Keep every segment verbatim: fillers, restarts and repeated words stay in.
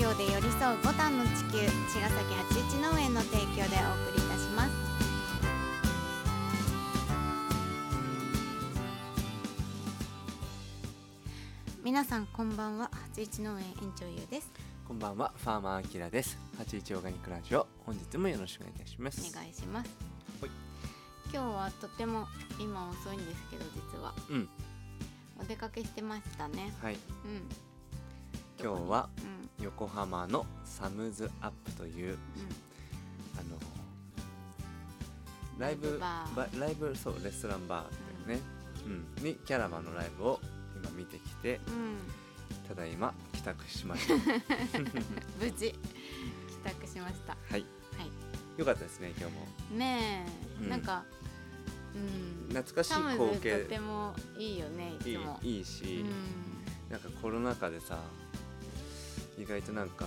業で寄り添うボタンの地球、茅ヶ崎八一農園の提供でお送りいたします。皆さんこんばんは。八一農園園長ゆうです。 こんばんは、ファーマーアキラです。八一オーガニックラジオ、本日もよろしくお願いいたします。 お願いします。 はい、 今日はとても今遅いんですけど、実は、 うん、 お出かけしてましたね。 はい、 うん、 今日は、 うん、 横浜のサムズアップという、 うん、 あのライブバーライブそうレストランバーだよね、うん、にキャラバンのライブを今見てきて、 うん、 ただいま帰宅しました無事帰宅しました。 はい、はい、よかったですね今日もねえ、うん、なんか、うん、懐かしい光景、 サムズとてもいいよね。いつもいい、いいし、うん、なんかコロナ禍でさ、意外となんか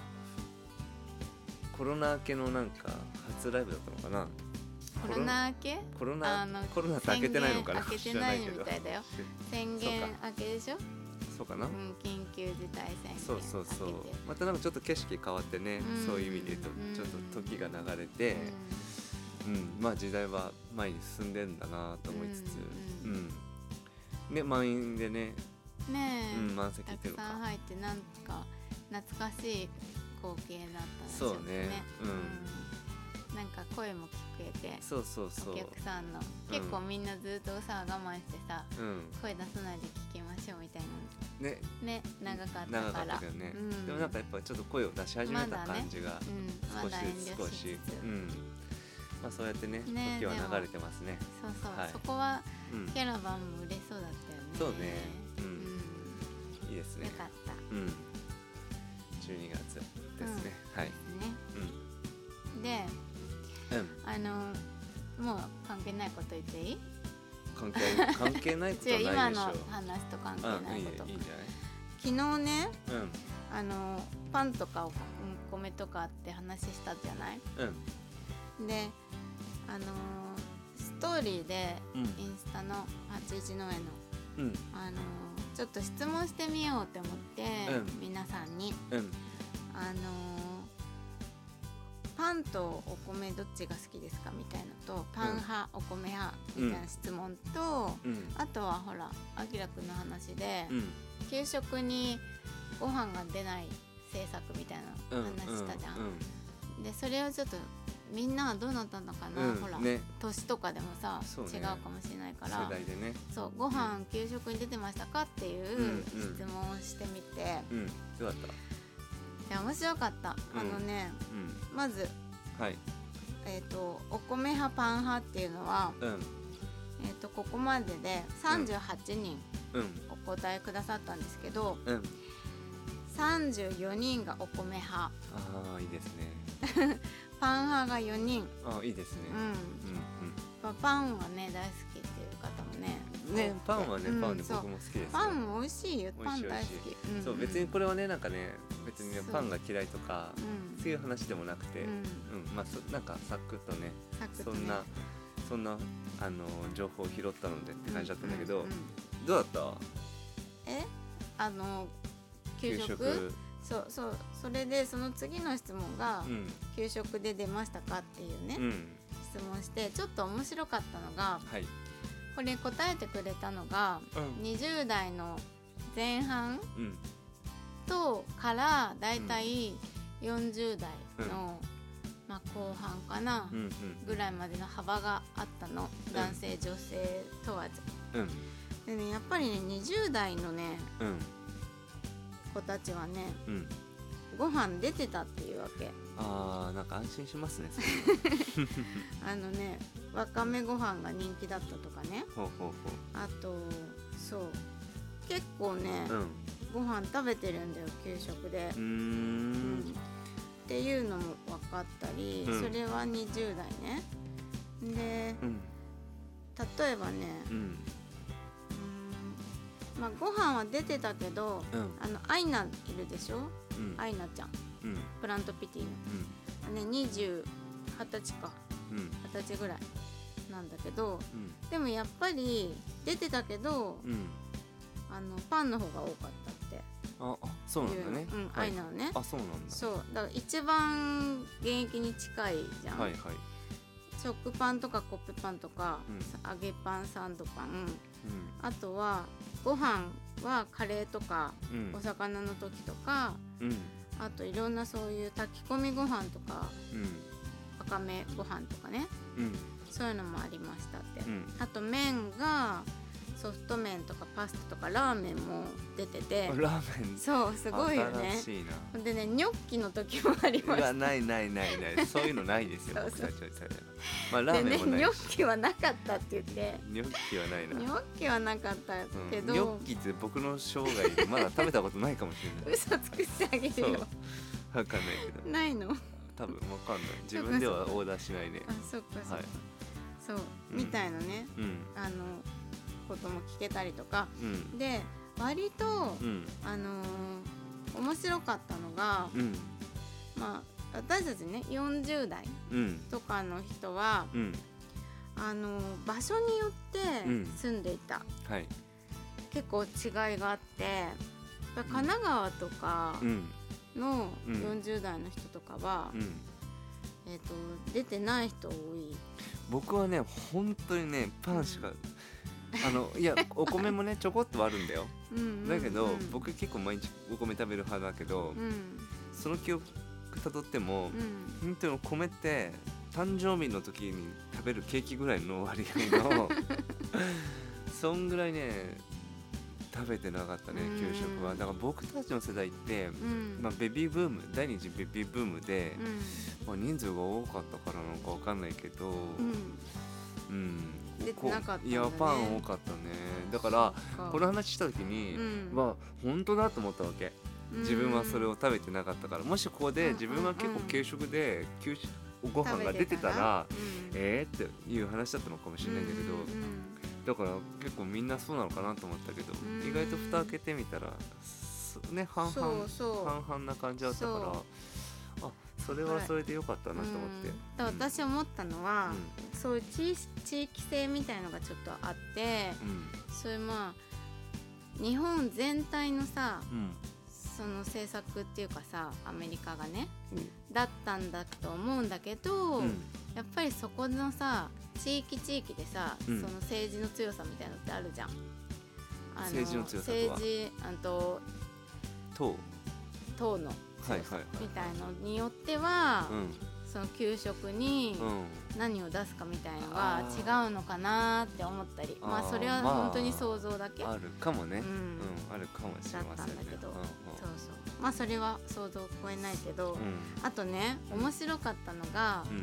コロナ明けのなんか初ライブだったのかな。 コロナ明け？ コロナあのコロナって明けてないのかな。 明けてないみたいだよ。宣言明けでしょ。 そうかな、うん、 緊急事態宣言。 そうそうそう。またなんかちょっと景色変わってね、うん、そういう意味で言うとちょっと時が流れて、うん、うん、まあ時代は前に進んでんだなと思いつつ、うん、うん、ね、満員でね、 ねえ、 うん、満席っていうのか。 たくさん入ってなんか懐かしい光景だったんでしょうね。 そうね、うん、 うん、なんか声も聞こえて、 そうそうそう、 お客さんの、うん、結構みんなずっとさ我慢してさ、うん、声出さないで聞きましょうみたいなね、 ね、長かったから長かったけどね、うん、でもなんかやっぱちょっと声を出し始めた感じが少しずつ少し、うん、まあそうやってね、ね、時は流れてますね。 そうそう、はい、そこはキャラバンも嬉しそうだったよね。 そうね、うん、うん、いいですね。 よかった。 うん、じゅうにがつですね。 うん、 はい。 ね、うん、で、うん、あのもう関係ないこと言っていい？ 関係関係ないことはないでしょ。 今の話と関係ないこと。 うん、いい、いいんじゃない？ 昨日ね、 うん、 あのパンとかお米とかって話したじゃない？うん、で、あのストーリーで、うん、インスタの八一農園の、うん、あのちょっと質問してみようって思って、うん、皆さんに、うん、あのパンとお米どっちが好きですかみたいなと、パン派、うん、お米派みたいな質問と、うん、あとはほらあきらくんの話で、うん、給食にご飯が出ない政策みたいな話したじゃん、うんうんうん、でそれをちょっとみんなはどうなったのかな、うん、ほら、ね、年とかでもさ、ね、違うかもしれないから、 世代でね、 そうご飯、うん、給食に出てましたかっていう質問をしてみて、 うんうん、どうだった？ いや面白かった、うん、あのね、うん、まず、はい、えーと、お米派パン派っていうのは、うん、えーと、ここまででさんじゅうはちにんお答えくださったんですけど、うん、さんじゅうよにんがお米派。あー、いいですねパン派がよにん。 あ、いいですね、うんうんうん、 パンはね大好きっていう方もね、 ね、パンはね、パンで僕も好きですよ。 パンも美味しいよ。パン大好き。 うんうん、そう、別にこれはね、なんかね、別にねパンが嫌いとかそう、そういう話でもなくて、うん、うん、まあそなんかサクッとね、そんなそんなあの情報を拾ったのでって感じだったんだけど、うんうんうん、どうだった？え、 あの給食？給食そうそう、それでその次の質問が、うん、給食で出ましたかっていうね、うん、質問してちょっと面白かったのが、はい、これ答えてくれたのが、うん、にじゅう代の前半とからだいたいよんじゅう代の、うん、まあ、後半かな、うんうん、ぐらいまでの幅があったの、男性、うん、女性問わず、うん、でね、やっぱりねにじゅう代のね、うん、子たちはね、うん、ご飯出てたっていうわけ。 あー、なんか安心しますねあのね、わかめご飯が人気だったとかね、ほうほうほう、あとそう結構ね、うん、ご飯食べてるんだよ給食で、うーん、うん、っていうのも分かったり、うん、それはにじゅう代ね。で、うん、例えばね、うん、まあ、ご飯は出てたけど、うん、あのアイナいるでしょ、うん、アイナちゃん、うん、プラントピティの、うん、ね、にじゅう、はたちか、うん、はたちぐらいなんだけど、うん、でもやっぱり出てたけど、うん、あのパンの方が多かったってああそうなんだね、 うん、 はい、 愛なのね。 あそうなんだ。 そうだから一番現役に近いじゃん。 はいはい。 食パンとかコッペパンとか、うん、揚げパンサンドパン、うん、あとはご飯はカレーとか、うん、お魚の時とか、うん、あといろんなそういう炊き込みご飯とか、うん、わかめご飯とかね、うん、そういうのもありましたって、うん、あと麺がソフト麺とかパスタとかラーメンも出てて、 ラーメンそうすごいよね。 新しいな。でねニョッキの時もありました。 ないないないないそういうのないですよ僕たちは。 まあラーメンもないし、でねニョッキはなかったって言って。 ニョッキはないな。 ニョッキはなかったけど、 うん、ニョッキって僕の生涯でまだ食べたことないかもしれない。 嘘つくしてあげるよ。 わかんないけど。 ないの？ 多分わかんない。自分ではオーダーしないね。 あ、そっかそっか。はい、そう、うん、みたいなね、うん、あのことも聞けたりとか、うん、で割と、うん、あのー、面白かったのが、うん、まあ私たちねよんじゅう代とかの人は、うん、あのー、場所によって住んでいた、うんはい、結構違いがあって、神奈川とかのよんじゅう代の人とかは、うんえーと、出てない人多い。 僕はね本当にねパンしか、うんあのいやお米もねちょこっとはあるんだようんうん、うん、だけど僕結構毎日お米食べる派だけど、うん、その記憶たどっても、うん、本当にお米って誕生日の時に食べるケーキぐらいの割合のそんぐらいね食べてなかったね給食は。だから僕たちの世代って、うんまあ、ベビーブーム第二次ベビーブームで、うんまあ、人数が多かったからなのか分かんないけど、うんうん出てなかったんだね。 いやパン多かったね。だからこの話した時に、うん、まあ本当だと思ったわけ。自分はそれを食べてなかったから、もしここで自分が結構軽食で給食ご飯が出てたら、うん、えーっていう話だったのかもしれないんだけど、うんうん、だから結構みんなそうなのかなと思ったけど、うん、意外と蓋開けてみたらね半々 そうそう半々な感じだったから。あそれはそれで良かったなと思って、 うん、私思ったのは、うん、そういう地, 地域性みたいのがちょっとあって、うん、そういうまあ日本全体のさ、うん、その政策っていうかさアメリカがね、うん、だったんだと思うんだけど、うん、やっぱりそこのさ地域地域でさ、うん、その政治の強さみたいなのってあるじゃん。 あの政治の強さとは政治あと党党のはいはいはい、みたいのによっては、うん、その給食に何を出すかみたいのが違うのかなって思ったり、あまあそれは本当に想像だけ、 まあ、あるかもね、うんうん、あるかもしれませんね。 だったんだけど、うんうん、そうそうまあそれは想像を超えないけど、うん、あとね面白かったのが、うん、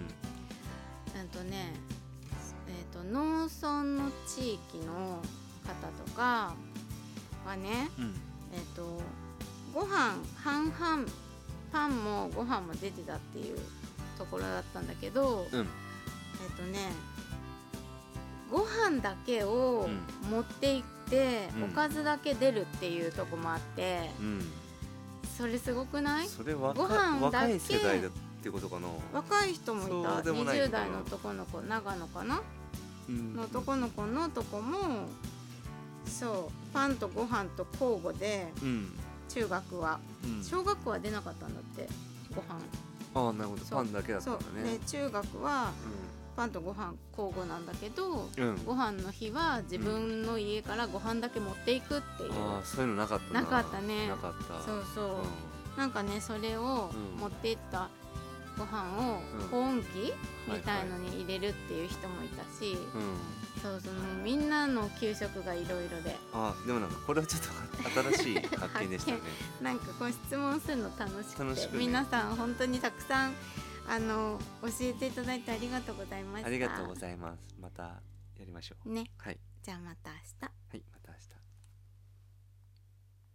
うんとねえーと農村の地域の方とかはね、うん、えーとご飯半々パンもご飯も出てたっていうところだったんだけど、うん、えっとねご飯だけを持って行って、うん、おかずだけ出るっていうとこもあって、うん、それすごくない？ それ若、ご飯だけ若い世代だってことかな。 若い人もいた。にじゅう代の男の子長野かな、うん、の男の子のとこもそうパンとご飯と交互で、うん中学は、うん、小学校は出なかったんだってご飯。 ああなるほどパンだけだったんだね。 で中学は、うん、パンとご飯交互なんだけど、うん、ご飯の日は自分の家からご飯だけ持っていくっていう、うん、 あそういうのなかったな。 なかったね。 なかった。 そうそう、うん、なんかねそれを持っていったご飯を保温器みたいのに入れるっていう人もいたし、うんそうそうみんなの給食がいろいろで。 あでもなんかこれはちょっと新しい発見でしたねなんかこう質問するの楽しくて楽しく、ね、皆さん本当にたくさんあの教えていただいてありがとうございました。 ありがとうございます。またやりましょうね。 はい、 じゃあまた明日。 はい。